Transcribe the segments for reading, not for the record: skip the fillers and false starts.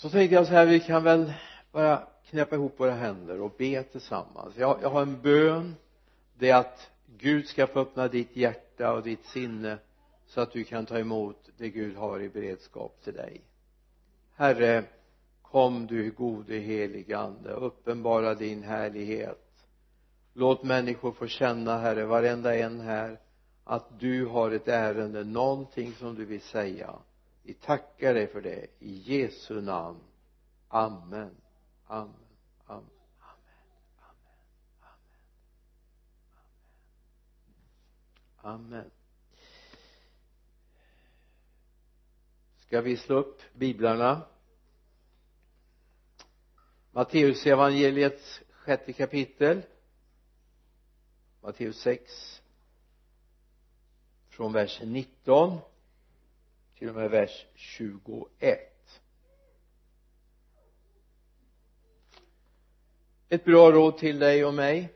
Så tänkte jag så här, vi kan väl bara knäppa ihop våra händer och be tillsammans. Jag har en bön, det är att Gud ska få öppna ditt hjärta och ditt sinne så att du kan ta emot det Gud har i beredskap till dig. Herre, kom du gode helige ande, uppenbara din härlighet. Låt människor få känna, Herre, varenda en här, att du har ett ärende, någonting som du vill säga. Vi tackar dig för det i Jesu namn. Amen. Amen. Amen. Amen. Amen. Amen. Ska vi slå upp biblarna? Matteus evangeliets 6:e kapitel. Matteus 6 från vers 19 till och med vers 21. Ett bra råd till dig och mig: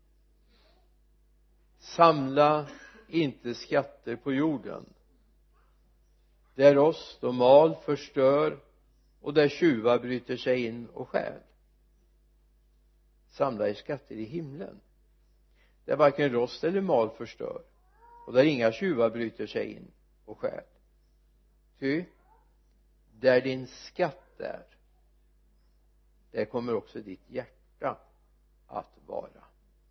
samla inte skatter på jorden, där rost och mal förstör och där tjuvar bryter sig in och stjäl. Samla er skatter i himlen, där varken rost eller mal förstör och där inga tjuvar bryter sig in och stjäl. Ty där din skatt är, där kommer också ditt hjärta att vara.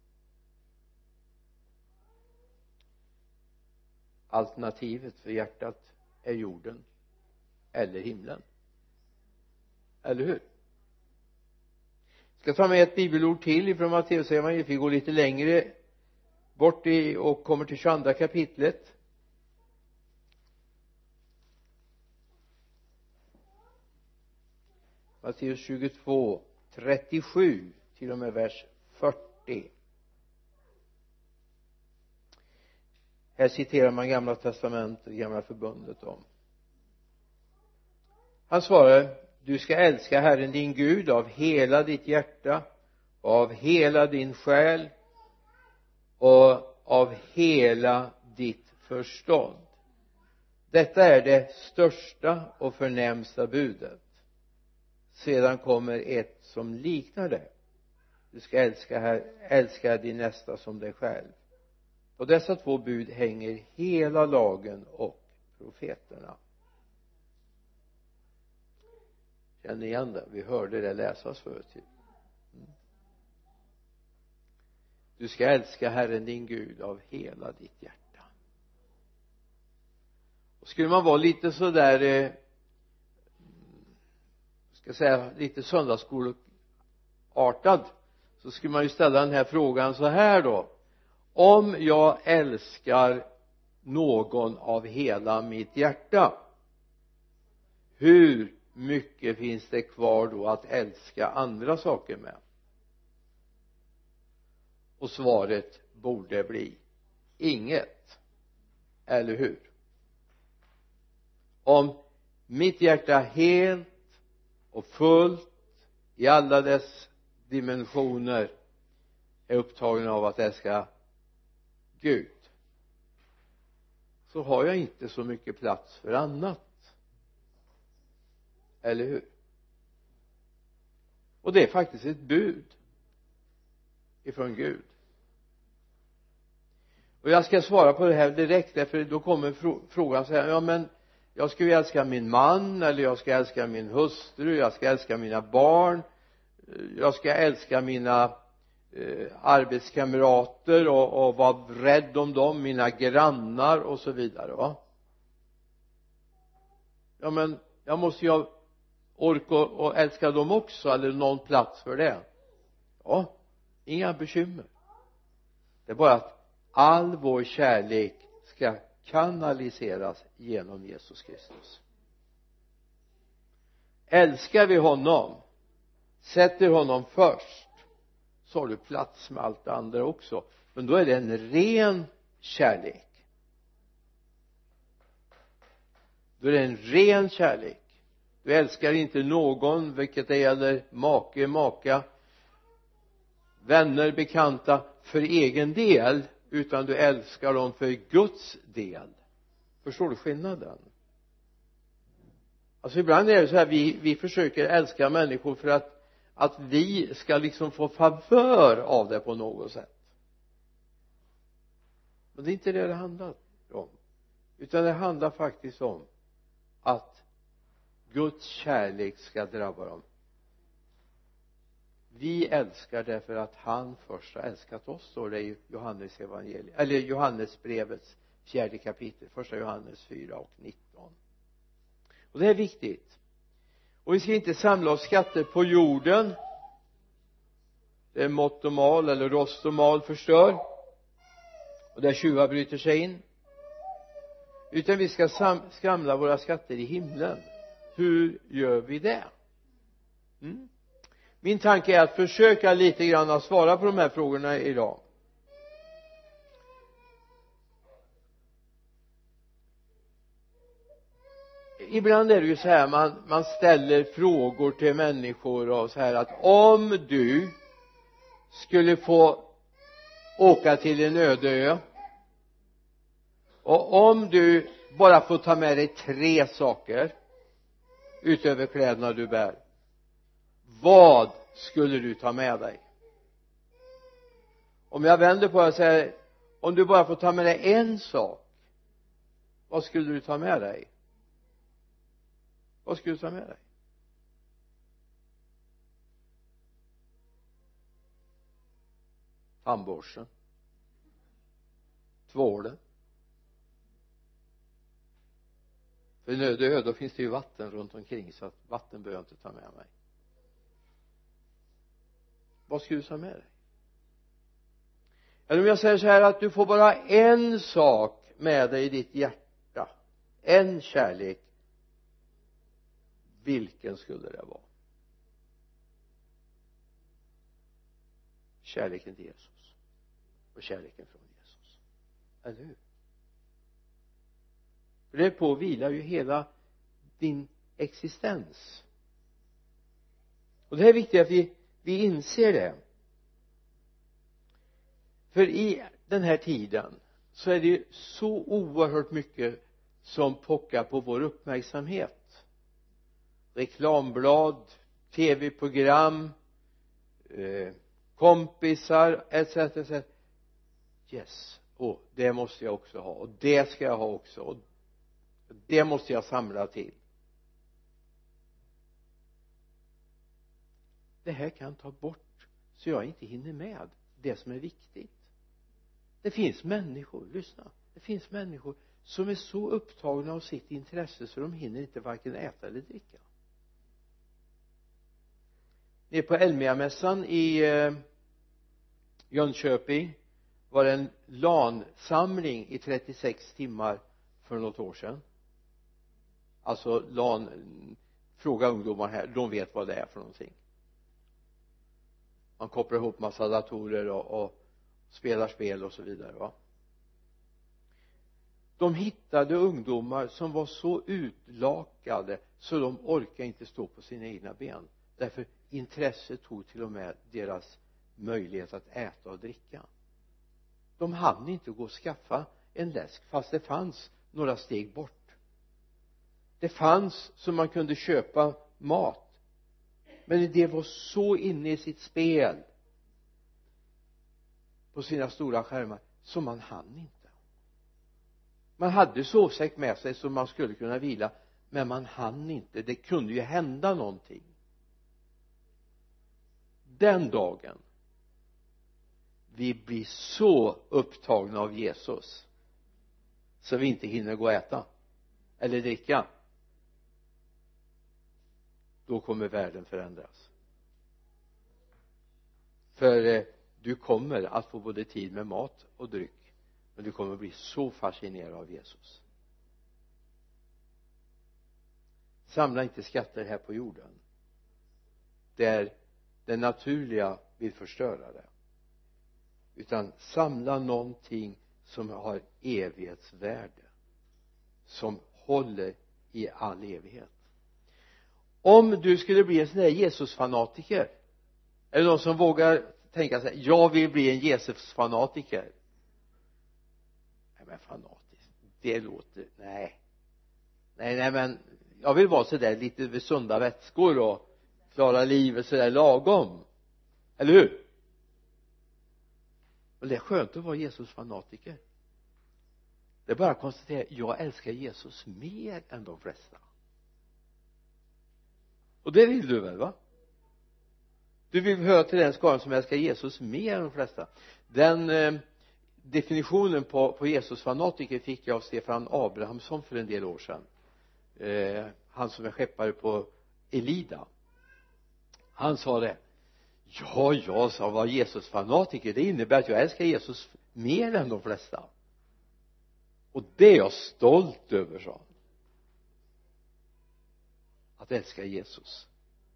Alternativet för hjärtat är jorden eller himlen, eller hur? Jag ska ta med ett bibelord till ifrån Matteus evangeliet. Vi går lite längre bort och kommer till 22 kapitlet. Matteus 22, 37 till och med vers 40. Här citerar man gamla testamentet, gamla förbundet om. Han svarar: du ska älska Herren din Gud av hela ditt hjärta och av hela din själ och av hela ditt förstånd. Detta är det största och förnämsta budet. Sedan kommer ett som liknar det. Du ska älska din nästa som dig själv. Och dessa två bud hänger hela lagen och profeterna. Känner igen det? Vi hörde det läsas förut. Du ska älska Herren din Gud av hela ditt hjärta. Och skulle man vara lite så där ska säga lite söndagsskolartad, så skulle man ju ställa den här frågan så här då: om jag älskar någon av hela mitt hjärta, hur mycket finns det kvar då att älska andra saker med? Och svaret borde bli inget, eller hur? Om mitt hjärta helt och fullt i alla dess dimensioner är upptagen av att älska Gud, så har jag inte så mycket plats för annat, eller hur? Och det är faktiskt ett bud ifrån Gud. Och jag ska svara på det här direkt, därför då kommer frågan så här: ja, men jag ska ju älska min man, eller jag ska älska min hustru, jag ska älska mina barn, jag ska älska mina arbetskamrater och vara rädd om dem, mina grannar och så vidare, va? Ja, men jag måste ju orka och älska dem också, eller någon plats för det. Ja, inga bekymmer. Det är bara att all vår kärlek ska kanaliseras genom Jesus Kristus. Älskar vi honom, sätter honom först, så har du plats med allt det andra också. Men då är det en ren kärlek. Då är det en ren kärlek. Du älskar inte någon, vilket det gäller make, maka, vänner, bekanta, för egen del, utan du älskar dem för Guds del. Förstår du skillnaden? alltså ibland är det så här, vi försöker älska människor för att vi ska liksom få favör av det på något sätt. Men det är inte det handlar om, utan det handlar faktiskt om att Guds kärlek ska drabba dem. Vi älskar därför att han först har älskat oss, står det i Johannes evangeliet, eller Johannesbrevets 4 kapitel, 1 Johannes 4 och 19. Och det är viktigt. Och vi ska inte samla oss skatter på jorden, det är mått och mal, eller rost och mal förstör, och där tjuvar bryter sig in, utan vi ska samla våra skatter i himlen. Hur gör vi det? Min tanke är att försöka lite grann att svara på de här frågorna idag. Ibland är det ju så här, man ställer frågor till människor och så här, att om du skulle få åka till en öde ö, och om du bara får ta med dig 3 saker utöver kläderna du bär, vad skulle du ta med dig? Om jag vänder på det och säger, om du bara får ta med dig en sak, vad skulle du ta med dig? Vad skulle du ta med dig? Tandborsten, tvålen. För en öde ö, då finns det ju vatten runt omkring, så att vatten behöver jag inte ta med mig. Vad skulle du ta med dig? Eller om jag säger så här, att du får bara en sak med dig i ditt hjärta, en kärlek, vilken skulle det vara? Kärleken till Jesus och kärleken från Jesus, eller hur? För det på vilar ju hela din existens. Och det är viktigt att vi inser det. För i den här tiden så är det ju så oerhört mycket som pockar på vår uppmärksamhet. Reklamblad, tv-program, kompisar, etc. Yes, och det måste jag också ha, och det ska jag ha också, och det måste jag samla till. Det här kan ta bort så jag inte hinner med det som är viktigt. Det finns människor, lyssna, det finns människor som är så upptagna av sitt intresse så de hinner inte varken äta eller dricka. Nere på Elmia-mässan i Jönköping var det en LAN-samling i 36 timmar för något år sedan. Alltså LAN, fråga ungdomar här, de vet vad det är för någonting. Man kopplar ihop massa datorer och spelar spel och så vidare, va. De hittade ungdomar som var så utlakade så de orkade inte stå på sina egna ben. Därför intresset tog till och med deras möjlighet att äta och dricka. De hann inte gå och skaffa en läsk fast det fanns några steg bort. Det fanns så man kunde köpa mat, men det var så inne i sitt spel på sina stora skärmar så man hann inte. Man hade sovsäck med sig så man skulle kunna vila, men man hann inte. Det kunde ju hända någonting. Den dagen vi blir så upptagna av Jesus så vi inte hinner gå och äta eller dricka, då kommer världen förändras. För du kommer att få både tid med mat och dryck, men du kommer bli så fascinerad av Jesus. Samla inte skatter här på jorden där det naturliga vill förstöra det, utan samla någonting som har evighetsvärde, som håller i all evighet. Om du skulle bli en sån där Jesus-fanatiker, är det någon som vågar tänka sig, jag vill bli en Jesus-fanatiker? Nej, men fanatisk, det låter, nej men jag vill vara så där lite vid sunda vätskor och klara livet så där lagom, eller hur? Och det är skönt att vara Jesus fanatiker. Det är bara att konstatera, jag älskar Jesus mer än de flesta. Och det vill du väl, va? Du vill höra till den skaran som älskar Jesus mer än de flesta. Den definitionen på Jesus fanatiker fick jag av Stefan Abrahamsson för en del år sedan. Han som är skeppare på Elida. Han sa det: jag sa var Jesus fanatiker, det innebär att jag älskar Jesus mer än de flesta. Och det är jag stolt över, sa han. Att älska Jesus.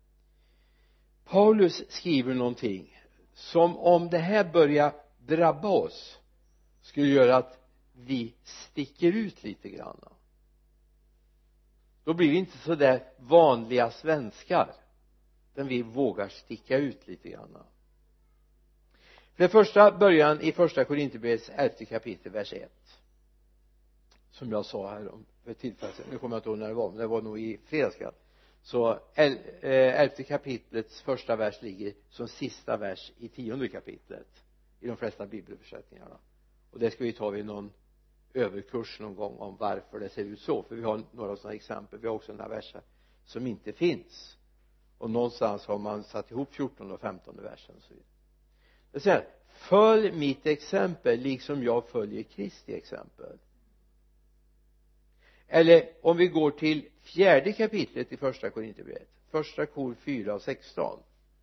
Paulus skriver någonting som, om det här börjar drabba oss, skulle göra att vi sticker ut lite grann. Då blir vi inte så där vanliga svenskar, utan vi vågar sticka ut lite grann. För det första början i första Korinthierbrevets 11 kapitel vers 1, som jag sa här om för tillfället, nu kommer jag inte ihåg när det var, men det var nog i fredagskväll. Så 11 kapitlets första vers ligger som sista vers i 10:e kapitlet i de flesta bibelöversättningarna. Och det ska vi ta vid någon överkurs någon gång om varför det ser ut så, för vi har några sådana exempel. Vi har också några verser som inte finns, och någonstans har man satt ihop 14 och 15 versen och så vidare. Det säger: följ mitt exempel liksom jag följer Kristi exempel. Eller om vi går till 4:e kapitlet i första Korinthierbrevet, första Kor 4 och 16.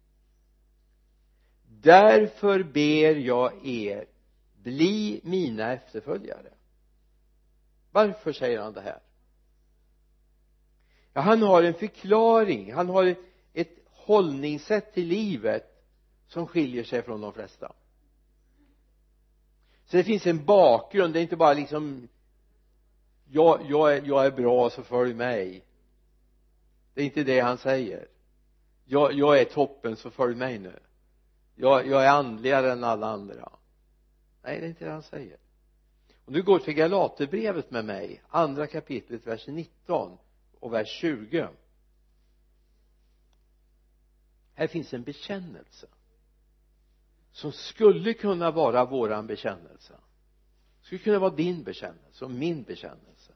Därför ber jag er, bli mina efterföljare. Varför säger han det här? Ja, han har en förklaring. Han har ett hållningssätt till livet som skiljer sig från de flesta. Så det finns en bakgrund. Det är inte bara liksom jag är bra, så följ mig. Det är inte det han säger. Jag är toppen, så följ mig nu. Jag är andligare än alla andra. Nej, det är inte det han säger. Och nu går till Galaterbrevet med mig, andra kapitlet, vers 19 och vers 20. Här finns en bekännelse som skulle kunna vara våran bekännelse. Skulle kunna vara din bekännelse och min bekännelse.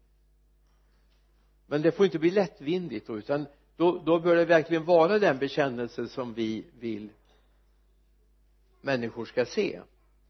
Men det får inte bli lättvindigt då, utan då bör det verkligen vara den bekännelse som vi vill människor ska se.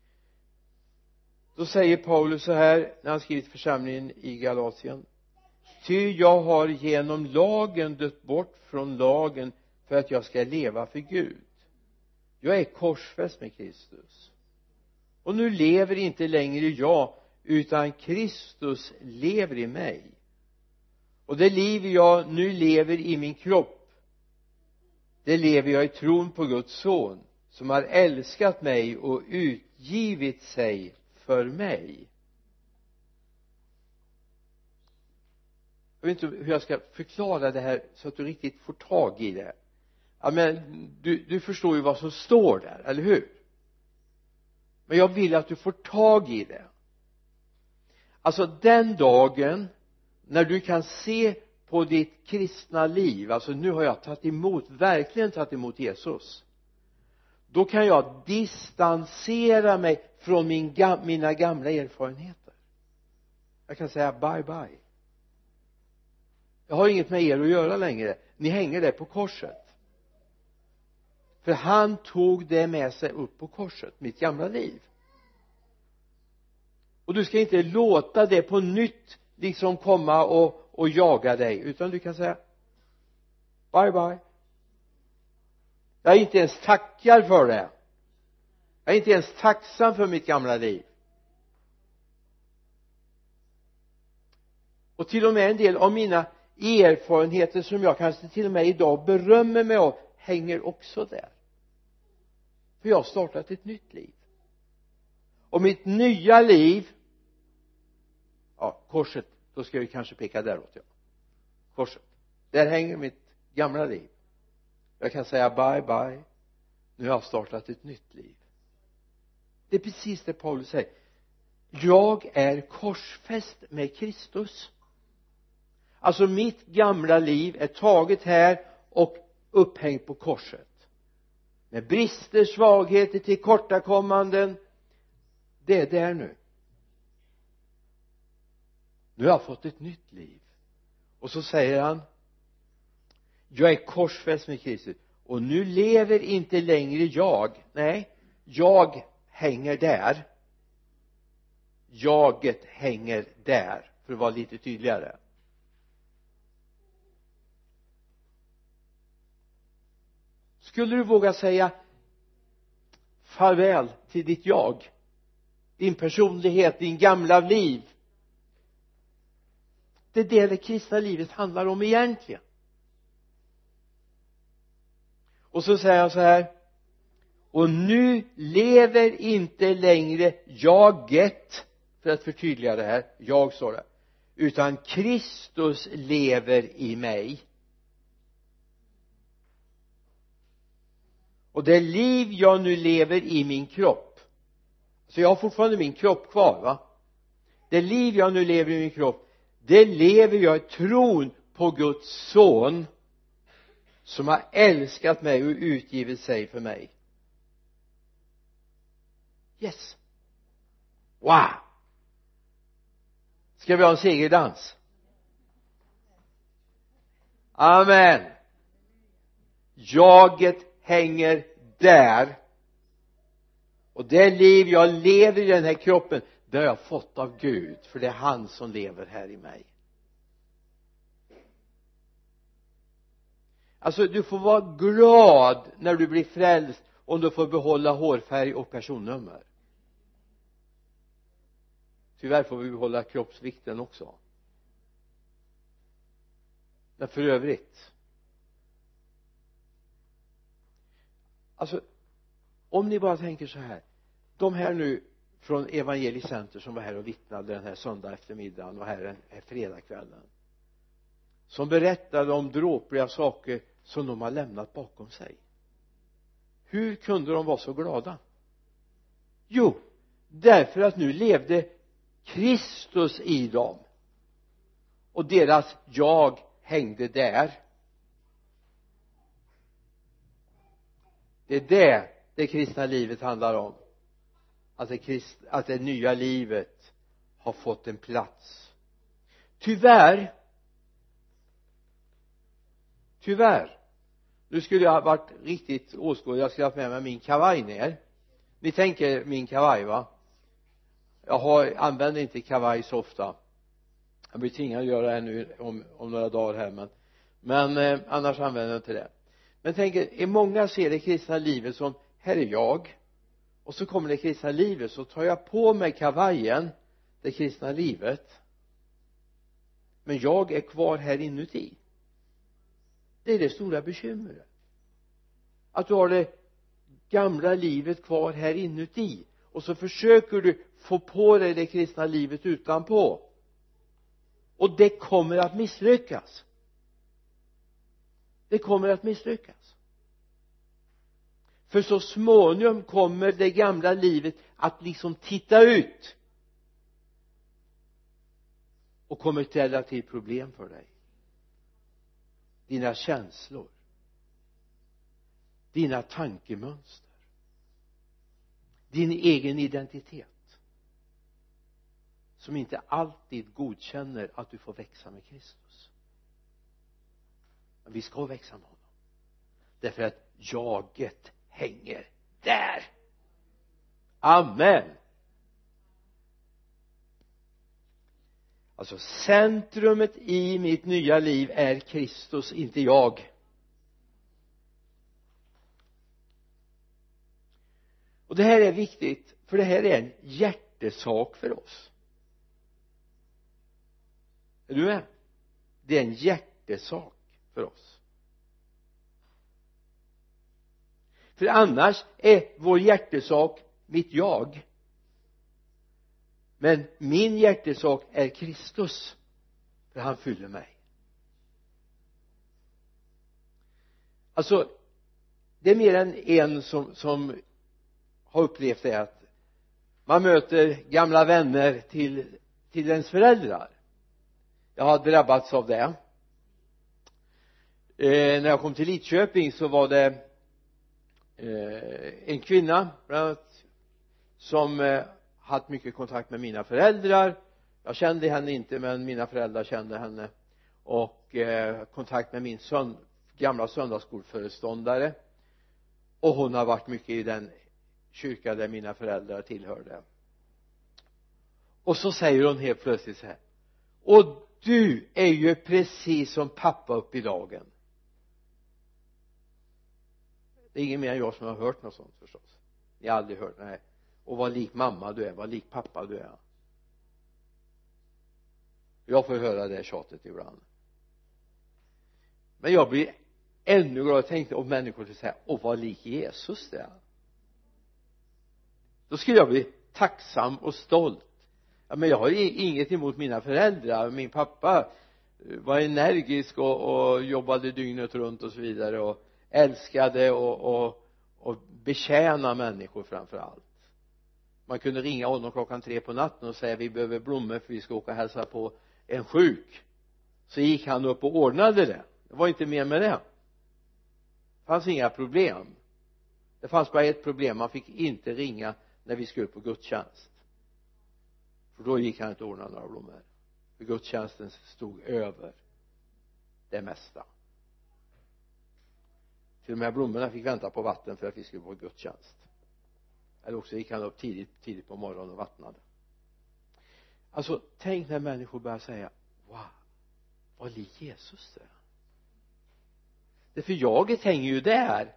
Då säger Paulus så här när han skrivit församlingen i Galatien: ty jag har genom lagen dött bort från lagen för att jag ska leva för Gud. Jag är korsfäst med Kristus. Och nu lever inte längre jag, utan Kristus lever i mig. Och det liv jag nu lever i min kropp, det lever jag i tron på Guds son, som har älskat mig och utgivit sig för mig. Jag vet inte hur jag ska förklara det här så att du riktigt får tag i det. Ja, men du förstår ju vad som står där, eller hur? Men jag vill att du får tag i det. Alltså den dagen när du kan se på ditt kristna liv, alltså nu har jag verkligen tagit emot Jesus, då kan jag distansera mig från mina gamla erfarenheter. Jag kan säga bye bye. Jag har inget med er att göra längre. Ni hänger där på korset. För han tog det med sig upp på korset, mitt gamla liv. Och du ska inte låta det på nytt liksom komma och jaga dig, utan du kan säga bye bye. Jag är inte ens tackar för det. Jag är inte ens tacksam för mitt gamla liv. Och till och med en del av mina erfarenheter som jag kanske till och med idag berömmer mig av hänger också där. För jag har startat ett nytt liv. Och mitt nya liv, ja, korset, då ska jag kanske peka däråt, ja. Korset, där hänger mitt gamla liv. Jag kan säga bye bye. Nu har jag startat ett nytt liv. Det är precis det Paulus säger. Jag är korsfäst med Kristus. Alltså mitt gamla liv är taget här och upphängt på korset med brister, svagheter, tillkortakommanden. Det är där nu. Nu har jag fått ett nytt liv. Och så säger han: jag är korsfäst med Kristus, och nu lever inte längre jag. Nej, jag hänger där. Jaget hänger där, för att vara lite tydligare. Skulle du våga säga farväl till ditt jag, din personlighet, din gamla liv? Det är det kristna livet handlar om egentligen. Och så säger han så här: och nu lever inte längre jaget, för att förtydliga det här, jag står det, utan Kristus lever i mig. Och det liv jag nu lever i min kropp, så jag har fortfarande min kropp kvar, va? Det liv jag nu lever i min kropp, det lever jag i tron på Guds son, som har älskat mig och utgivit sig för mig. Yes. Wow. Ska vi ha en segerdans? Amen. Jaget hänger där. Och det liv jag lever i den här kroppen, det har jag fått av Gud, för det är han som lever här i mig. Alltså du får vara glad när du blir frälst om du får behålla hårfärg och personnummer. Tyvärr får vi behålla kroppsvikten också. Men för övrigt, alltså om ni bara tänker så här, de här nu från Evangelicenter som var här och vittnade den här söndag eftermiddagen och här fredagskvällen, som berättade om dråpliga saker som de har lämnat bakom sig. Hur kunde de vara så glada? Jo, därför att nu levde Kristus i dem, och deras jag hängde där. Det är det kristna livet handlar om, att det nya livet har fått en plats. Tyvärr, nu skulle jag ha varit riktigt åskådlig, jag skulle ha med mig min kavaj ner. Ni tänker min kavaj, va? Jag använder inte kavaj så ofta. Jag blir tvingad att göra det nu om några dagar här, men annars använder jag inte det. Men tänk er, många ser det kristna livet som, här är jag, och så kommer det kristna livet, så tar jag på mig kavajen, det kristna livet, men jag är kvar här inuti. Det är det stora bekymret, att du har det gamla livet kvar här inuti, och så försöker du få på dig det kristna livet utanpå, och det kommer att misslyckas. Det kommer att misslyckas, för så småningom kommer det gamla livet att liksom titta ut och kommer ställa till problem för dig. Dina känslor, dina tankemönster, din egen identitet, som inte alltid godkänner att du får växa med Kristus. Men vi ska växa med honom, därför att jaget hänger där. Amen. Alltså centrumet i mitt nya liv är Kristus, inte jag. Och det här är viktigt, för det här är en hjärtesak för oss. Är du med? Det är en hjärtesak för oss. För annars är vår hjärtesak mitt jag. Men min hjärtesak är Kristus, för han fyller mig. Alltså det är mer än en som har upplevt det, att man möter gamla vänner till ens föräldrar. jag har drabbats av det. När jag kom till Lidköping så var det en kvinna bland annat som haft mycket kontakt med mina föräldrar. Jag kände henne inte, men mina föräldrar kände henne, och kontakt med min gamla söndagsskolföreståndare, och hon har varit mycket i den kyrka där mina föräldrar tillhörde. Och så säger hon helt plötsligt så här: och du är ju precis som pappa upp i dagen. Det är ingen mer än jag som har hört något sånt förstås. Ni har aldrig hört, nej. Och vad lik mamma du är, vad lik pappa du är. Jag får höra det tjatet ibland. Men jag blir ännu glad och tänkte om människor skulle säga: och vad lik Jesus det är. Då skulle jag bli tacksam och stolt. Ja, men jag har inget emot mina föräldrar. Min pappa var energisk och jobbade dygnet runt och så vidare, och älskade och betjäna människor framför allt. Man kunde ringa honom 3:00 på natten och säga: vi behöver blommor för vi ska åka och hälsa på en sjuk. Så gick han upp och ordnade det. Det var inte mer med det. Det fanns inga problem. Det fanns bara ett problem: man fick inte ringa när vi skulle på gudstjänst, för då gick han inte ordna några blommor, för gudstjänsten stod över det mesta. Till de här blommorna fick vänta på vatten för att vi skulle på gudstjänst, eller också gick han upp tidigt på morgonen och vattnade. Alltså tänk när människor börjar säga: wow, vad lik Jesus det är. Det för jaget hänger ju där,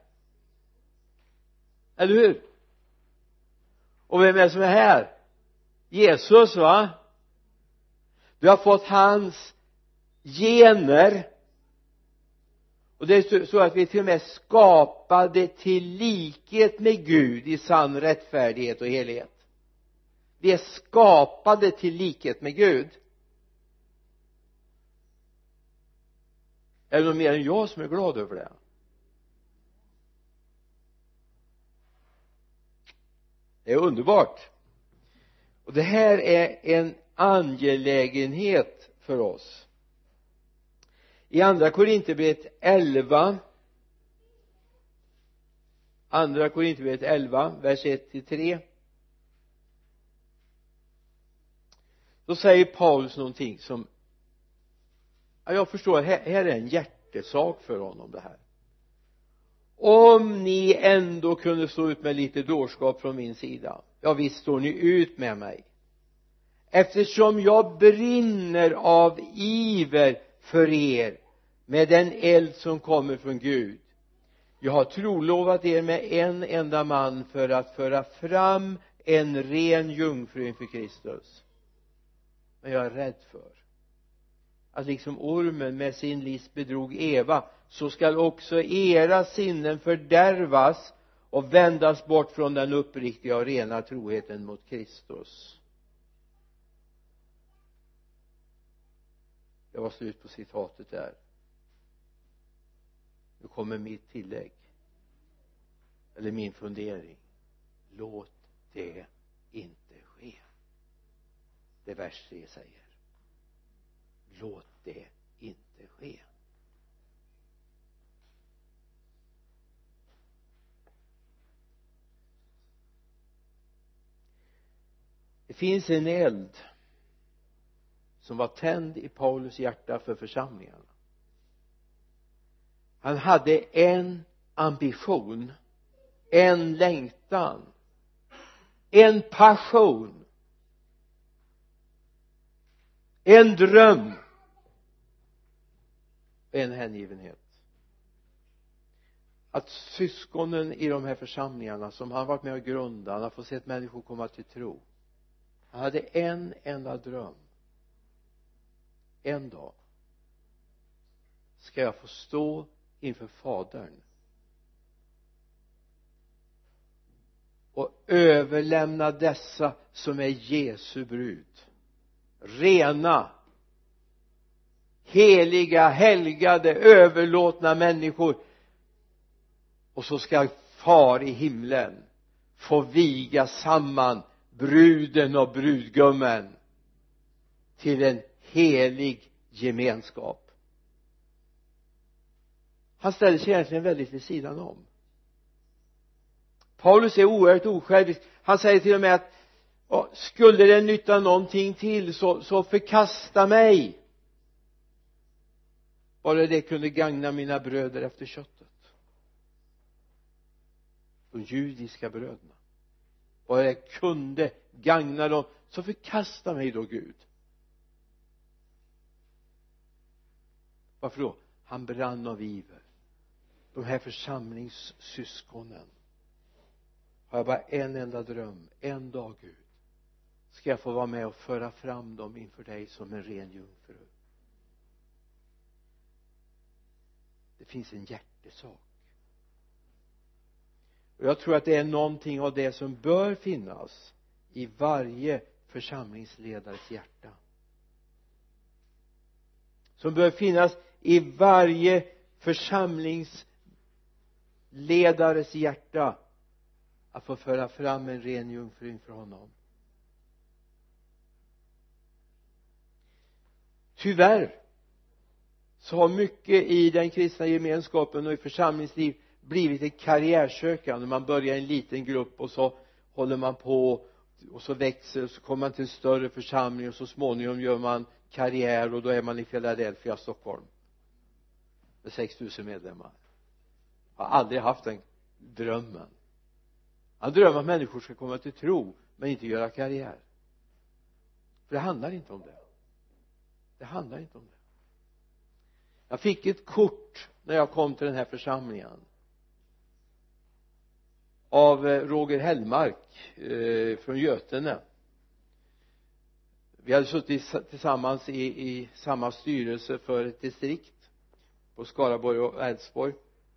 eller hur? Och vem är det som är här? Jesus, va? Du har fått hans gener, och det är så att vi till och med skapade till likhet med Gud i sann rättfärdighet och helhet. Vi är skapade till likhet med Gud. Är det någon mer än jag som är glad över det? Det är underbart. Och det här är en angelägenhet för oss. I andra Korinthierbrevet 11, vers 1-3, då säger Paulus någonting som, ja, jag förstår, här är en hjärtesak för honom det här. Om ni ändå kunde stå ut med lite dårskap från min sida, ja visst står ni ut med mig, eftersom jag brinner av iver för er med den eld som kommer från Gud. Jag har trolovat er med en enda man för att föra fram en ren jungfru inför Kristus. Men jag är rädd för att liksom ormen med sin list bedrog Eva, så skall också era sinnen fördärvas och vändas bort från den uppriktiga och rena troheten mot Kristus. Det var slut på citatet där. Nu kommer mitt tillägg, eller min fundering: låt det inte ske. Det vers 3 säger: låt det inte ske. Det finns en eld som var tänd i Paulus hjärta för församlingarna. Han hade en ambition, en längtan, en passion, en dröm, en hängivenhet. Att syskonen i de här församlingarna som han varit med och grundat, han har fått se människor komma till tro. Han hade en enda dröm: en dag ska jag få stå inför Fadern och överlämna dessa som är Jesu brud, rena, heliga, helgade, överlåtna människor, och så ska far i himlen få viga samman bruden och brudgummen till en helig gemenskap. Han ställer sig egentligen väldigt vid sidan om. Paulus är oerhört osjälvisk. Han säger till och med att skulle det nytta någonting till så förkasta mig, bara det kunde gagna mina bröder efter köttet, de judiska bröderna, bara det kunde gagna dem, så förkasta mig då Gud. Varför då? Han brann av iver. De här församlingssyskonen har jag bara en enda dröm. En dag Gud ska jag få vara med och föra fram dem inför dig som en ren jungfru. Det finns en hjärtesak. Och jag tror att det är någonting av det som bör finnas i varje församlingsledares hjärta, som bör finnas i varje församlingsledares hjärta, att få föra fram en ren jungfru inför honom. Tyvärr så har mycket i den kristna gemenskapen och i församlingsliv blivit ett karriärsökande. Man börjar i en liten grupp och så håller man på och så växer, och så kommer man till en större församling och så småningom gör man karriär, och då är man i Philadelphia, Stockholm med 6000 medlemmar. Jag har aldrig haft den drömmen. Jag drömmer att människor ska komma till tro men inte göra karriär. För det handlar inte om det. Det handlar inte om det. Jag fick ett kort när jag kom till den här församlingen av Roger Hellmark från Götene. Vi hade suttit tillsammans i samma styrelse för ett distrikt på Skaraborg och Älvsborg.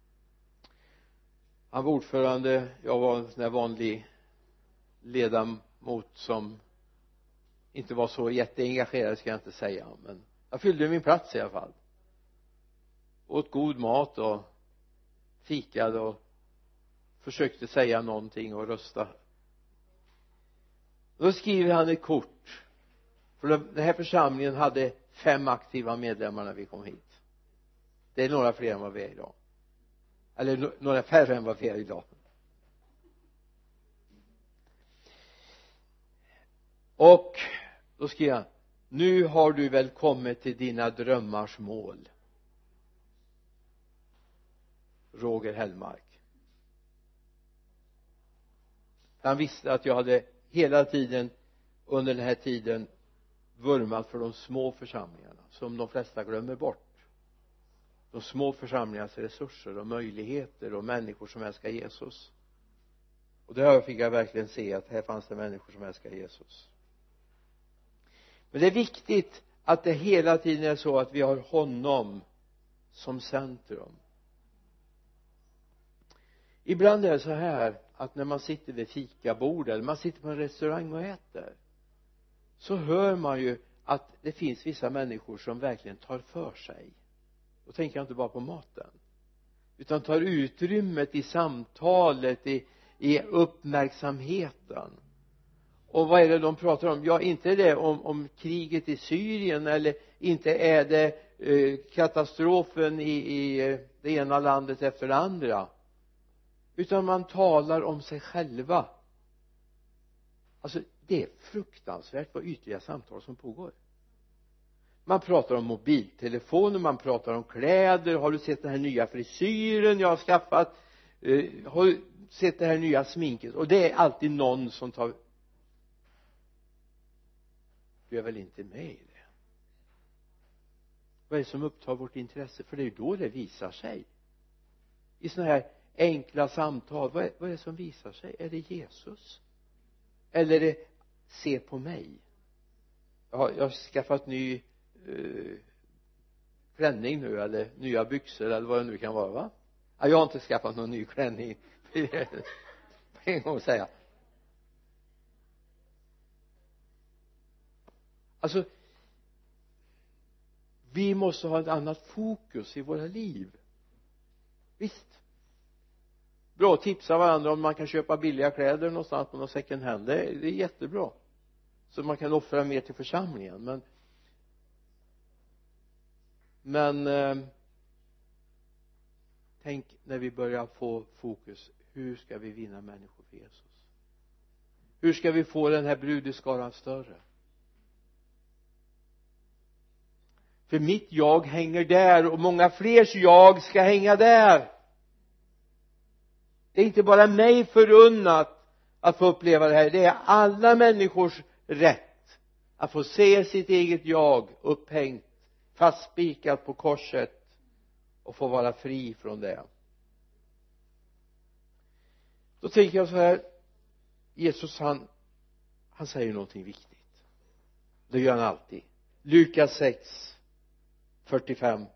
Han var ordförande, jag var en sån där vanlig ledamot som inte var så jätteengagerad, ska jag inte säga, men jag fyllde min plats i alla fall. Åt god mat och fikade och försökte säga någonting och rösta. Då skriver han ett kort, för den här församlingen hade 5 aktiva medlemmar när vi kom hit. Det är några fler än vad vi är idag, eller några färre än vad vi är idag. Och då skriver han: nu har du väl kommit till dina drömmars mål, Roger Hellmark. Han visste att jag hade hela tiden under den här tiden vurmat för de små församlingarna, som de flesta glömmer bort. De små församlingarnas resurser och möjligheter och människor som älskar Jesus. Och där fick jag verkligen se att här fanns det människor som älskar Jesus. Men det är viktigt att det hela tiden är så att vi har honom som centrum. Ibland är det så här att när man sitter vid fikabordet eller man sitter på en restaurang och äter, så hör man ju att det finns vissa människor som verkligen tar för sig. Då tänker jag inte bara på maten, utan tar utrymmet i samtalet, i uppmärksamheten. Och vad är det de pratar om? Ja, inte är det om kriget i Syrien, eller inte är det katastrofen i det ena landet efter det andra, utan man talar om sig själva. Alltså det är fruktansvärt vad ytliga samtal som pågår. Man pratar om mobiltelefoner, man pratar om kläder. Har du sett den här nya frisyren jag har skaffat? Har du sett det här nya sminket? Och det är alltid någon som tar. Du är väl inte med i det? Vad är det som upptar vårt intresse? För det är ju då det visar sig. I såna här enkla samtal, vad är det som visar sig? Är det Jesus? Eller är det se på mig? Jag har skaffat ny klänning nu, eller nya byxor, eller vad det nu kan vara, va? Ja, jag har inte skaffat någon ny klänning på en gång säga. Alltså vi måste ha ett annat fokus i våra liv. Visst, bra att tipsa varandra om man kan köpa billiga kläder någonstans på någon second hand. Det är jättebra, så man kan offra mer till församlingen. Men men tänk när vi börjar få fokus, hur ska vi vinna människor för Jesus? Hur ska vi få den här brudeskaran större? För mitt jag hänger där och många flers jag ska hänga där. Det är inte bara mig förunnat att få uppleva det här, det är alla människors rätt att få se sitt eget jag upphängt, fastspikat på korset och få vara fri från det. Då tänker jag så här, Jesus han säger någonting viktigt. Det gör han alltid. Lukas 6:45.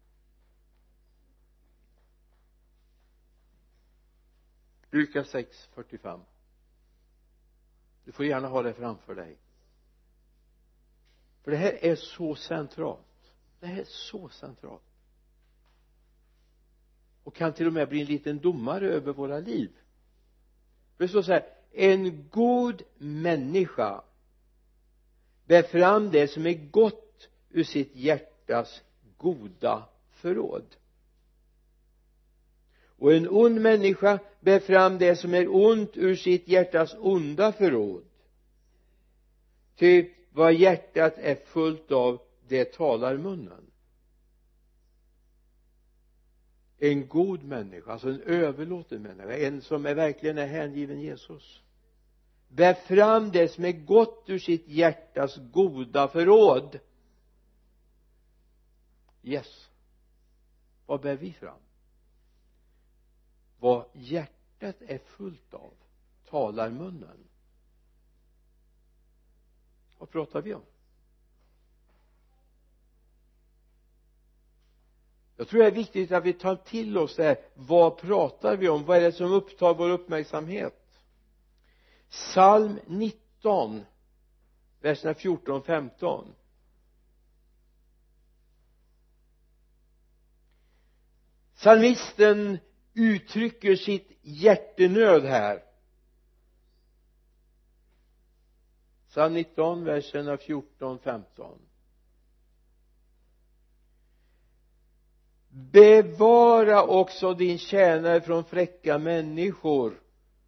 Lukas 6:45. Du får gärna ha det framför dig. För det här är så centralt. Det här är så centralt. Och kan till och med bli en liten domare över våra liv. Det står så här: en god människa bär fram det som är gott ur sitt hjärtas goda förråd. Och en ond människa bär fram det som är ont ur sitt hjärtas onda förråd. Ty vad hjärtat är fullt av, det talar munnen. En god människa, alltså en överlåten människa, en som verkligen är hängiven Jesus, bär fram det som är gott ur sitt hjärtas goda förråd. Yes. Vad bär vi fram? Vad hjärtat är fullt av talar munnen. Vad pratar vi om? Jag tror det är viktigt att vi tar till oss det här. Vad pratar vi om? Vad är det som upptar vår uppmärksamhet? Psalm 19, verserna 14-15. Psalmisten uttrycker sitt hjärtenöd här. Psalm 19, verserna 14-15. Bevara också din tjänare från fräcka människor.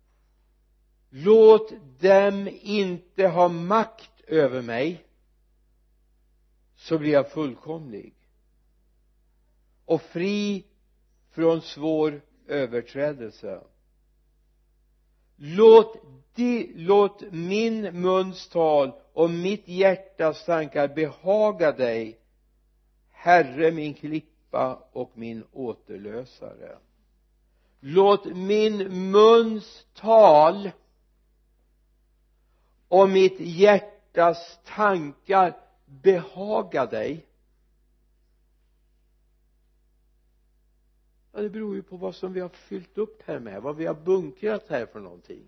Låt dem inte ha makt över mig, så blir jag fullkomlig och fri från svår överträdelse. Låt min muns tal och mitt hjärtas tankar behaga dig, Herre, min klippa och min återlösare. Låt min muns tal och mitt hjärtas tankar behaga dig. Ja, det beror ju på vad som vi har fyllt upp här med, vad vi har bunkrat här för någonting.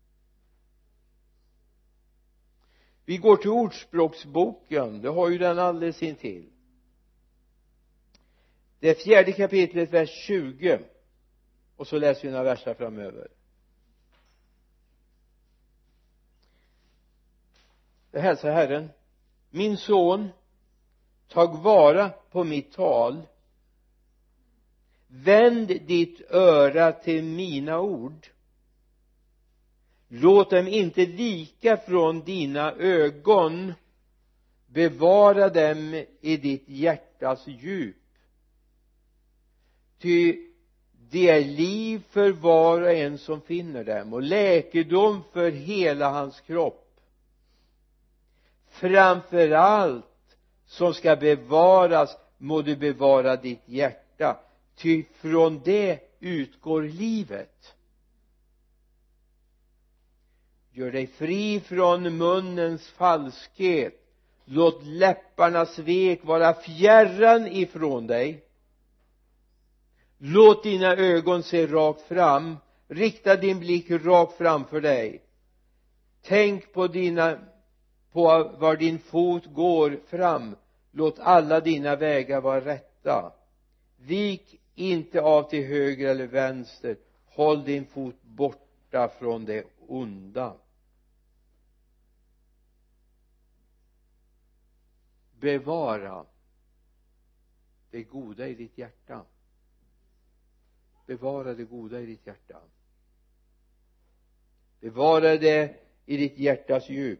Vi går till Ordspråksboken, det har ju den alldeles intill. Det är 4:e kapitlet, vers 20. Och så läser vi några verser framöver. Det hälsar Herren: min son, tag vara på mitt tal. Vänd ditt öra till mina ord. Låt dem inte vika från dina ögon. Bevara dem i ditt hjärtas djup. Ty det är liv för var och en som finner dem, och läkedom för hela hans kropp. Framför allt som ska bevaras må du bevara ditt hjärta, ty från det utgår livet. Gör dig fri från munnens falskhet. Låt läpparnas svek vara fjärran ifrån dig. Låt dina ögon se rakt fram. Rikta din blick rakt framför dig. Tänk på var din fot går fram. Låt alla dina vägar vara rätta. Vik inte av till höger eller vänster. Håll din fot borta från det onda. Bevara det goda i ditt hjärta. Bevara det goda i ditt hjärta. Bevara det i ditt hjärtas djup.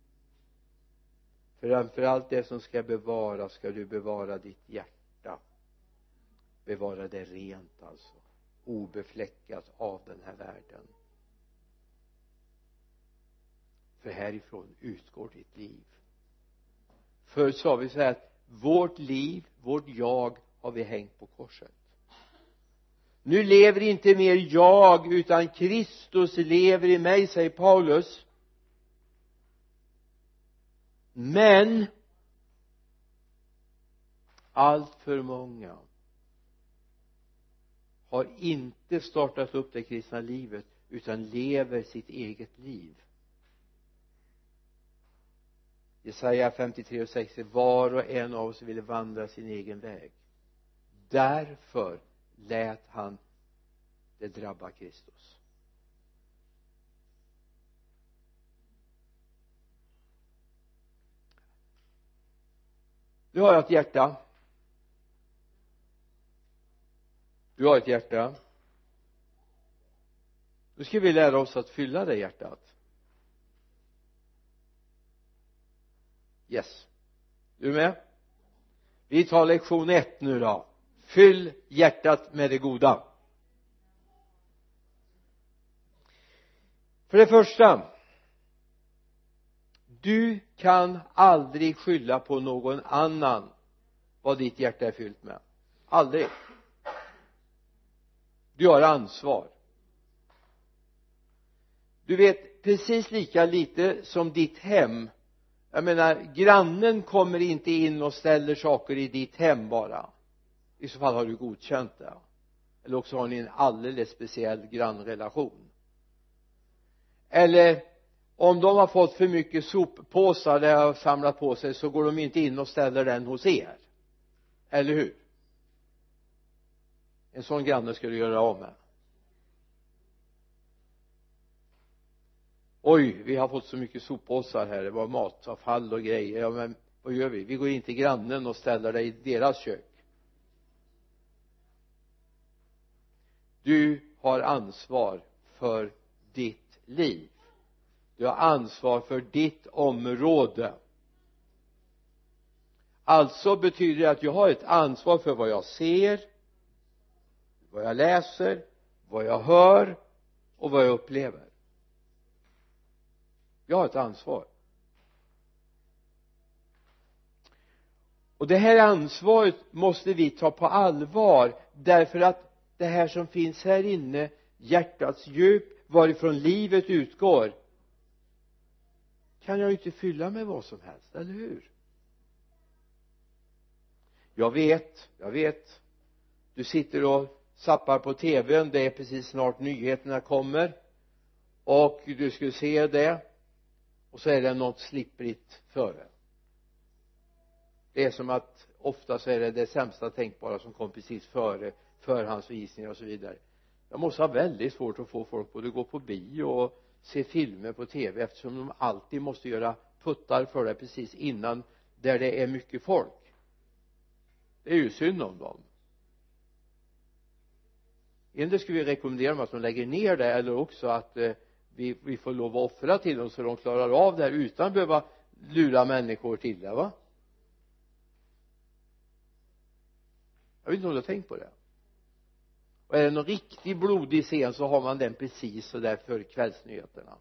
Framför allt det som ska bevara, ska du bevara ditt hjärta. Bevara det rent alltså. Obefläckat av den här världen. För härifrån utgår ditt liv. Förut sa vi så här att vårt liv, vårt jag har vi hängt på korset. Nu lever inte mer jag utan Kristus lever i mig, säger Paulus. Men allt för många har inte startat upp det kristna livet utan lever sitt eget liv. Jesaja 53:6, var och en av oss ville vandra sin egen väg. Därför lät han det drabba Kristus. Du har ett hjärta. Du har ett hjärta. Nu ska vi lära oss att fylla det hjärtat. Yes. Du är med? Vi tar lektion 1 nu då. Fyll hjärtat med det goda. För det första. Du kan aldrig skylla på någon annan vad ditt hjärta är fyllt med. Aldrig. Du har ansvar. Du vet precis lika lite som ditt hem. Jag menar, grannen kommer inte in och ställer saker i ditt hem bara. I så fall har du godkänt det. Eller också har ni en alldeles speciell grannrelation. Eller om de har fått för mycket soppåsar där har samlat på sig, så går de inte in och ställer den hos er. Eller hur? En sån granne skulle göra av med. Oj, vi har fått så mycket soppåsar här, det var matavfall och grejer. Ja, men vad gör vi? Vi går in till grannen och ställer det i deras kök. Du har ansvar för ditt liv. Du har ansvar för ditt område. Alltså betyder det att jag har ett ansvar för vad jag ser, vad jag läser, vad jag hör och vad jag upplever. Jag har ett ansvar. Och det här ansvaret måste vi ta på allvar, därför att det här som finns här inne, hjärtats djup, varifrån livet utgår, kan jag inte fylla med vad som helst, eller hur? Jag vet du sitter och zappar på tvn, det är precis snart nyheterna kommer och du skulle se det och så är det något slipprigt före. Det är som att ofta så är det sämsta tänkbara som kom precis före förhandsvisningar och så vidare. Jag måste ha väldigt svårt att få folk både gå på bio och se filmer på tv, eftersom de alltid måste göra puttar för det precis innan där det är mycket folk. Det är ju synd om dem. Ändå skulle vi rekommendera dem att de lägger ner det, eller också att vi får lov att offra till dem så de klarar av det här utan att behöva lura människor till det, va? Jag vet inte om du har tänkt på det. Och är det någon riktigt blodig scen så har man den precis så där för kvällsnyheterna.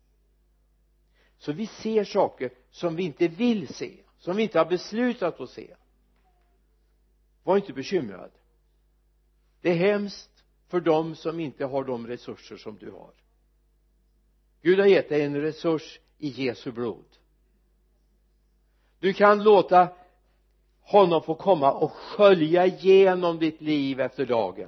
Så vi ser saker som vi inte vill se, som vi inte har beslutat att se. Var inte bekymrad. Det är hemskt för dem som inte har de resurser som du har. Gud har gett dig en resurs i Jesu blod. Du kan låta honom få komma och skölja igenom ditt liv efter dagen.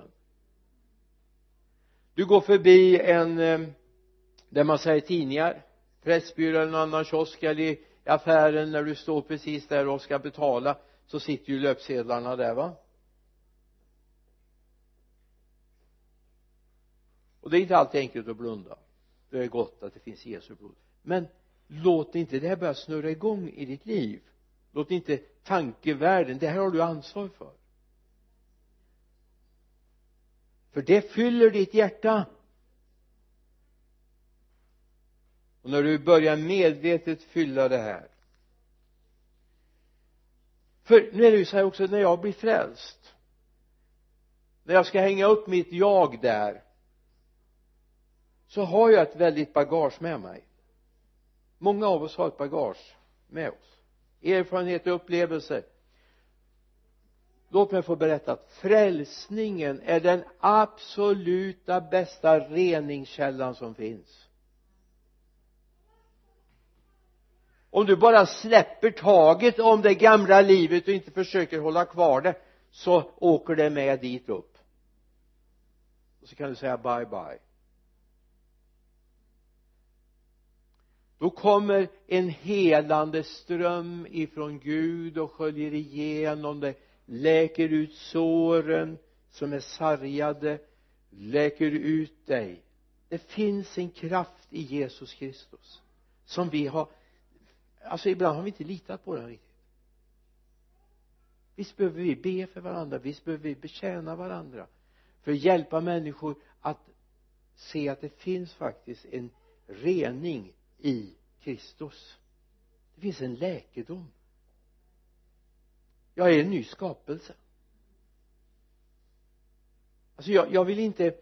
Du går förbi en där man säger tidningar, Pressbyrån eller en annan kiosk, eller i affären när du står precis där och ska betala, så sitter ju löpsedlarna där, va? Och det är inte alltid enkelt att blunda. Det är gott att det finns Jesu blod. Men låt inte det här börja snurra igång i ditt liv. Låt inte tankevärlden, det här har du ansvar för. för det fyller ditt hjärta. Och när du börjar medvetet fylla det här, för nu är det ju så här också, när jag blir frälst, när jag ska hänga upp mitt jag där, så har jag ett väldigt bagage med mig. Många av oss har ett bagage med oss, erfarenheter och upplevelser. Låt mig få berätta att frälsningen är den absoluta bästa reningskällan som finns. Om du bara släpper taget om det gamla livet och inte försöker hålla kvar det, så åker det med dit upp. Och så kan du säga bye bye. Då kommer en helande ström ifrån Gud och sköljer igenom det, läker ut såren som är sargade, läker ut dig. Det finns en kraft i Jesus Kristus som vi har, alltså ibland har vi inte litat på den riktigt. Visst behöver vi be för varandra, visst behöver vi betjäna varandra för att hjälpa människor att se att det finns faktiskt en rening i Kristus. Det finns en läkedom. Jag är en ny skapelse. Alltså jag vill inte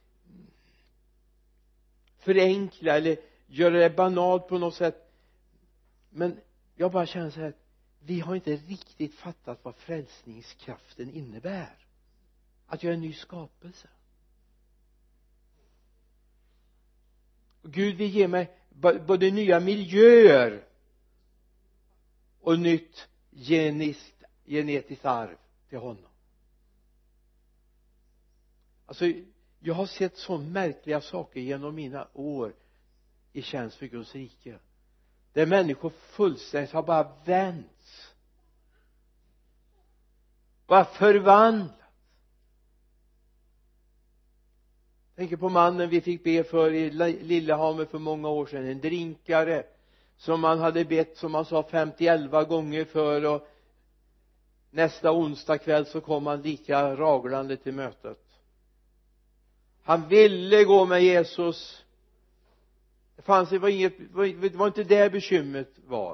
förenkla eller göra det banalt på något sätt, men jag bara känner så här att vi har inte riktigt fattat vad frälsningskraften innebär, att jag är en ny skapelse. Och Gud vill ge mig både nya miljöer och nytt genetiskt arv till honom. Alltså jag har sett så märkliga saker genom mina år i tjänst för Guds rike, där människor fullständigt har bara vänts, bara förvandlat. Tänker på mannen vi fick be för i Lillehammer för många år sedan, en drinkare som man hade bett, som man sa, 50-11 gånger för, och nästa onsdag kväll så kom han lika raglande till mötet. Han ville gå med Jesus. Det var inte där bekymret var.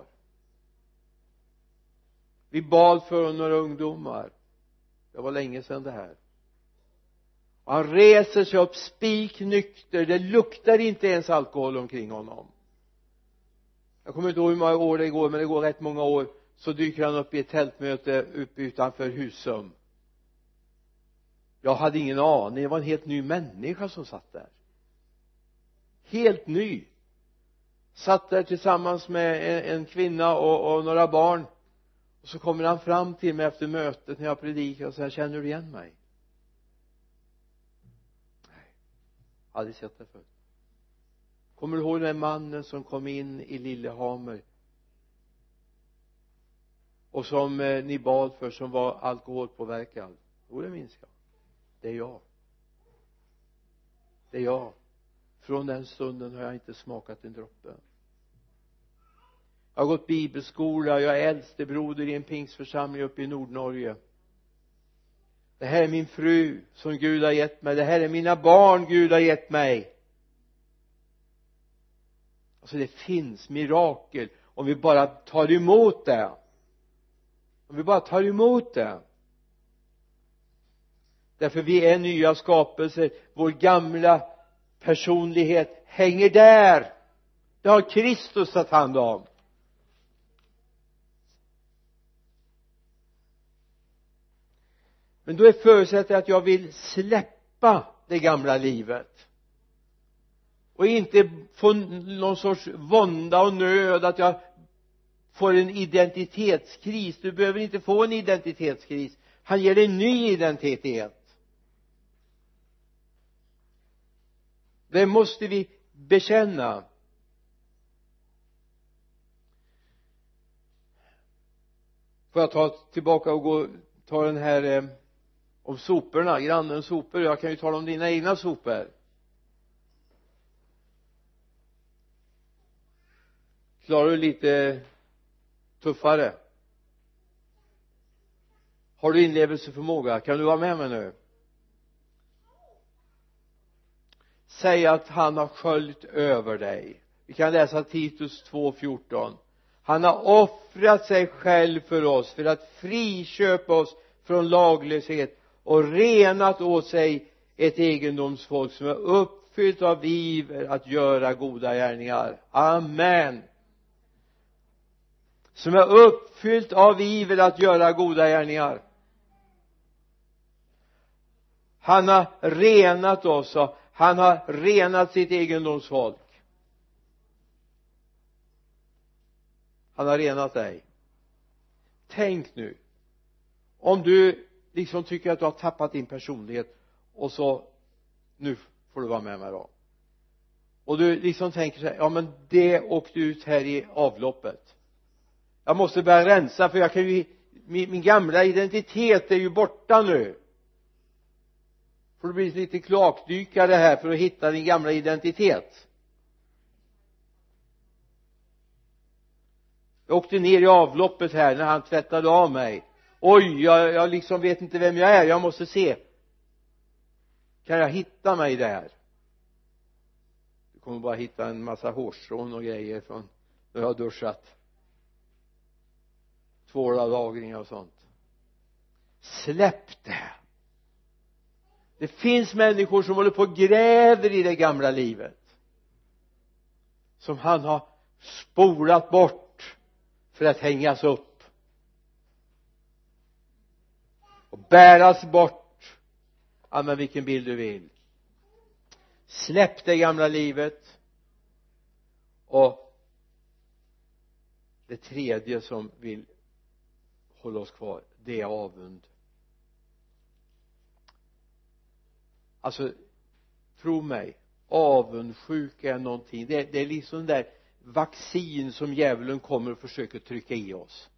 Vi bad för några ungdomar, det var länge sedan det här, och han reser sig upp spiknykter, det luktar inte ens alkohol omkring honom. Jag kommer inte ihåg hur många år det går, men det går rätt många år. Så dyker han upp i ett tältmöte uppe utanför Husum. Jag hade ingen aning, det var en helt ny människa som satt där, helt ny, satt där tillsammans med en kvinna och några barn. Och så kommer han fram till mig efter mötet när jag predikar och säger: känner du igen mig? Nej, aldrig sett det förut. Kommer du ihåg den mannen som kom in i Lillehammer och som ni bad för, som var alkoholpåverkad? Jo, det minns jag. Det är jag. Det är jag. Från den stunden har jag inte smakat en droppe. Jag har gått bibelskola, jag är äldstebroder i en pingstförsamling uppe i Nordnorge. Det här är min fru som Gud har gett mig, det här är mina barn Gud har gett mig. Alltså det finns mirakel om vi bara tar emot det. Om vi bara tar emot det. Därför vi är nya skapelser. Vår gamla personlighet hänger där. Det har Kristus tagit hand om. Men då är förutsättningen att jag vill släppa det gamla livet och inte få någon sorts vånda och nöd, att jag får en identitetskris. Du behöver inte få en identitetskris. Han ger dig en ny identitet. Det måste vi bekänna. Får jag ta tillbaka och ta den här om soporna, grannens sopor. Jag kan ju tala om dina egna sopor. Klarar du lite tuffare? Har du inlevelseförmåga? Kan du vara med mig nu? säga att han har sköljt över dig. Vi kan läsa Titus 2:14. Han har offrat sig själv för oss för att friköpa oss från laglöshet och renat åt sig ett egendomsfolk som är uppfyllt av iver att göra goda gärningar. Amen. Som är uppfyllt av iver att göra goda gärningar. Han har renat oss och han har renat sitt egendomsfolk. Han har renat dig. Tänk nu, om du liksom tycker att du har tappat din personlighet och så, nu får du vara med mig då. Och du liksom tänker så här, ja men det åkte ut här i avloppet. Jag måste börja rensa för jag kan ju, min gamla identitet är ju borta nu. Får du bli lite kloakdykare här för att hitta din gamla identitet. Jag åkte ner i avloppet här när han tvättade av mig. Oj, jag liksom vet inte vem jag är. Jag måste se. Kan jag hitta mig där? Du kommer bara hitta en massa hårstrån och grejer från när jag har duschat. Tvålalagringar och sånt. Släpp det. Det finns människor som håller på och gräver i det gamla livet. Som han har spolat bort för att hängas upp. Och bäras bort. Ja, men vilken bild du vill. Släpp det gamla livet. Och det tredje som vill hålla oss kvar, det är avund. Alltså, tro mig, avundsjuka är någonting, det är liksom där vaccin som djävulen kommer och försöker trycka i oss.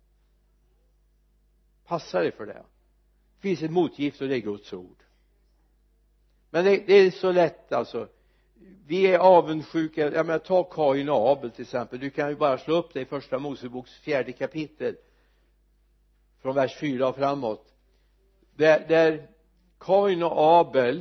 Passar det för det? Det finns ett motgift och det är Guds ord. Men det är så lätt alltså. Vi är avundsjuka. Jag menar, ta Kain och Abel till exempel. Du kan ju bara slå upp det i första Moseboks 4:e kapitel. Från vers 4 och framåt. Där Kain och Abel.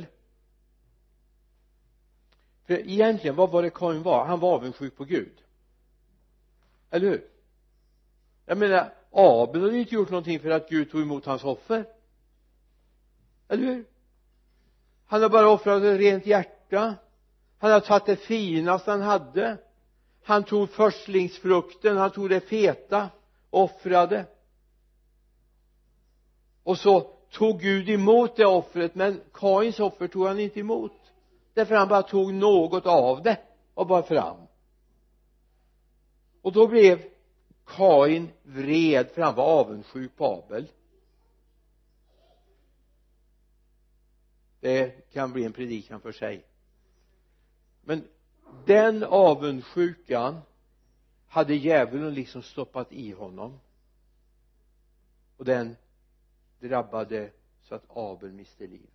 För egentligen, vad var det Kain var? Han var avundsjuk på Gud. Eller hur? Jag menar, Abel hade inte gjort någonting för att Gud tog emot hans offer. Eller hur? Han har bara offrat ett rent hjärta. Han har tagit det finaste han hade. Han tog förstlingsfrukten, han tog det feta, offrade. Och så tog Gud emot det offret, men Kains offer tog han inte emot. Därför han bara tog något av det och bara fram. Och då blev Kain vred för han var avundsjuk på Abel. Det kan bli en predikan för sig. Men den avundsjukan hade djävulen liksom stoppat i honom. Och den drabbade så att Abel miste livet.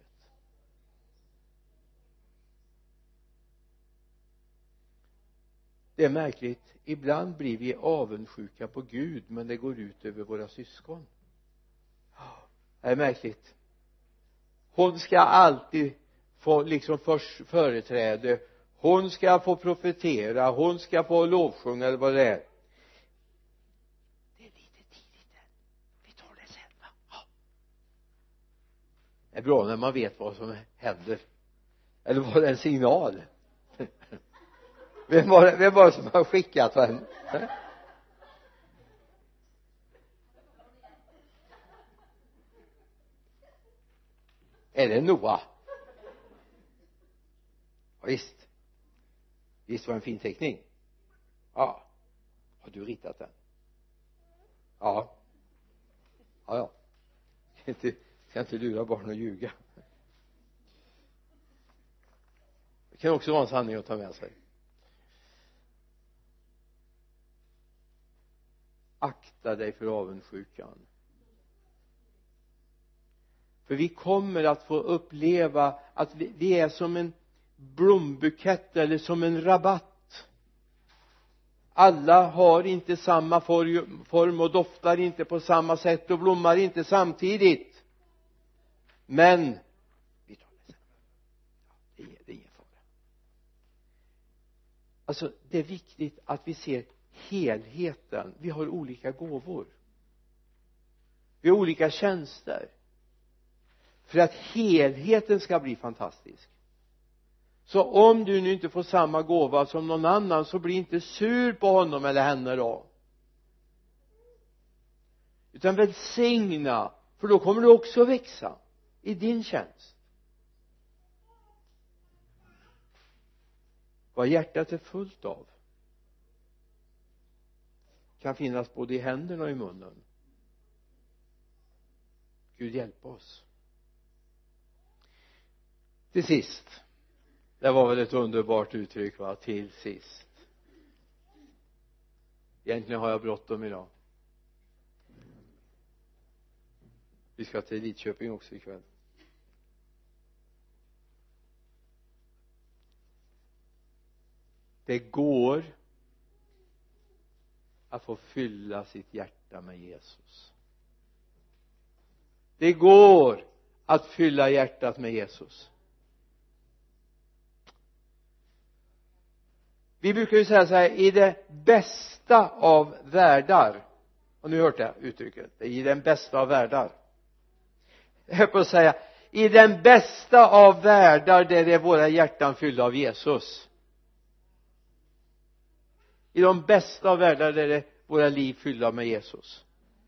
Det är märkligt. Ibland blir vi avundsjuka på Gud, men det går ut över våra syskon. Det är märkligt. Hon ska alltid få liksom företräde. Hon ska få profetera. Hon ska få lovsjunga eller vad det är. Det är lite tidigt än. Vi tar det sen, va? Ja. Det är bra när man vet vad som händer. Eller var det en signal? Vem var det som har skickat den? Är det Noah? Ja, visst var en fin teckning. Ja. Har du ritat den? Ja. Ska inte lura barn och ljuga. Det kan också vara en sanning att ta med sig. Akta dig för avundsjukan. För vi kommer att få uppleva att vi är som en blombukett eller som en rabatt. Alla har inte samma form och doftar inte på samma sätt och blommar inte samtidigt. Men vi tar det sen. Det är ingen fara. alltså det är viktigt att vi ser helheten. Vi har olika gåvor, vi har olika tjänster, för att helheten ska bli fantastisk. Så om du nu inte får samma gåva som någon annan, så bli inte sur på honom eller henne då, utan välsigna, för då kommer du också växa i din tjänst. Vad hjärtat är fullt av kan finnas både i händerna och i munnen. Gud hjälp oss. Till sist, det var väl ett underbart uttryck, va? Till sist. Egentligen har jag bråttom idag. Vi ska till Lidköping också ikväll. Det går att få fylla sitt hjärta med Jesus. Det går att fylla hjärtat med Jesus. Vi brukar ju säga så här: i det bästa av världar, och nu hört det uttrycket, i den bästa av världar, jag höll på att säga, i den bästa av världar, där är våra hjärtan fyllda av Jesus. I de bästa av världar, där är våra liv fyllda med Jesus.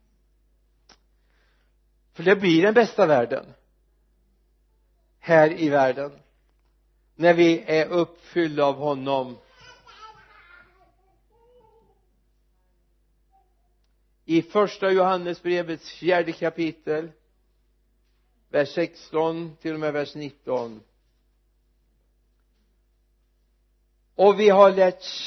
För det blir den bästa världen här i världen, när vi är uppfyllda av honom. I första Johannesbrevets 4:e kapitel, vers 16 till och med vers 19. Och vi har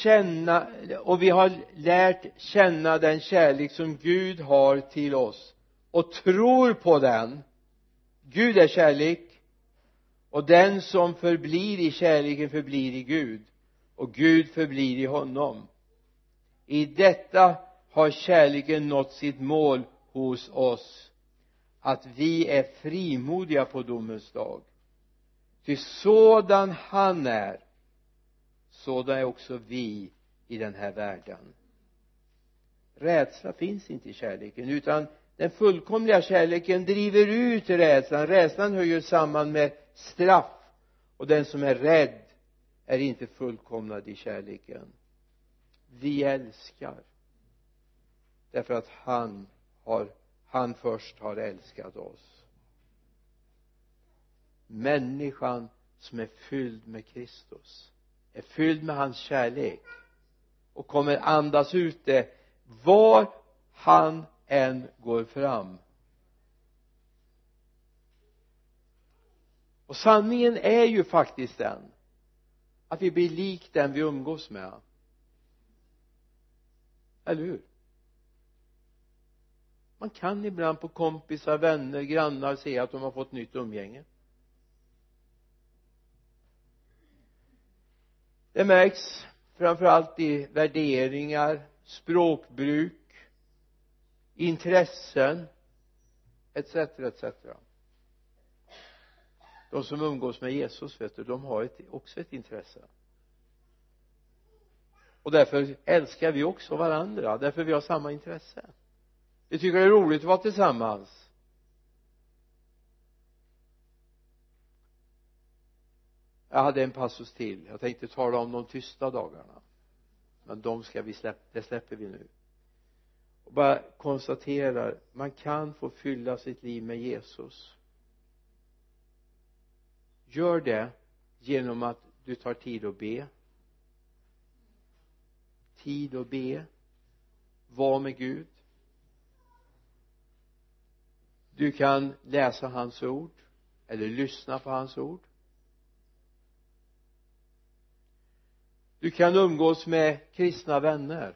lärt känna den kärlek som Gud har till oss och tror på den. Gud är kärlek, och den som förblir i kärleken förblir i Gud, och Gud förblir i honom. I detta har kärleken nått sitt mål hos oss, att vi är frimodiga på domens dag. Ty sådan han är, sådan är också vi i den här världen. Rädsla finns inte i kärleken, utan den fullkomliga kärleken driver ut rädslan. Rädslan hör ju samman med straff, och den som är rädd är inte fullkomnad i kärleken. Vi älskar därför att han först har älskat oss. Människan som är fylld med Kristus är fylld med hans kärlek och kommer andas ut det var han än går fram. Och sanningen är ju faktiskt den att vi blir lik den vi umgås med. Eller hur? Man kan ibland på kompisar, vänner, grannar se att de har fått nytt umgänge. Det märks framförallt i värderingar, språkbruk, intressen etc. etc. De som umgås med Jesus, vet du, de har också ett intresse. Och därför älskar vi också varandra, därför vi har samma intresse. Vi tycker det är roligt att vara tillsammans. Jag hade en passus till. Jag tänkte tala om de tysta dagarna, men det släpper vi nu. Och bara konstaterar, man kan få fylla sitt liv med Jesus. Gör det genom att du tar tid att be. Tid att be. Var med Gud. Du kan läsa hans ord eller lyssna på hans ord. Du kan umgås med kristna vänner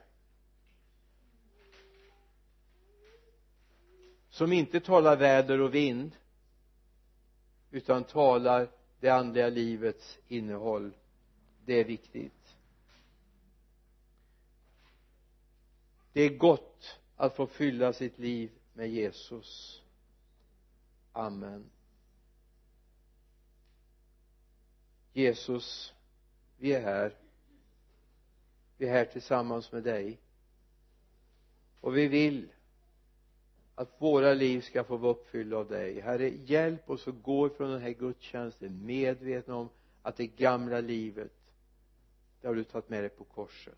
som inte talar väder och vind, utan talar det andliga livets innehåll. Det är viktigt. Det är gott att få fylla sitt liv med Jesus. Amen. Jesus, vi är här. vi är här tillsammans med dig och vi vill att våra liv ska få vara uppfyllda av dig. Herre, hjälp oss att gå från den här gudstjänsten medvetna om att det gamla livet, det har du tagit med dig på korset.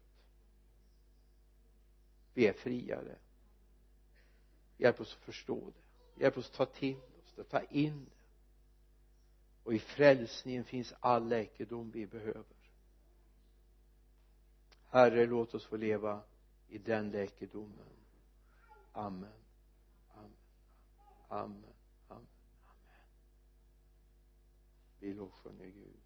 Vi är friare. Hjälp oss att förstå det. Hjälp oss att ta till oss det, ta in det. Och i frälsningen finns all läkedom vi behöver. Herre, låt oss få leva i den läkedomen. Amen. Amen. Amen. Amen. Amen. Vi lovsjunger Gud.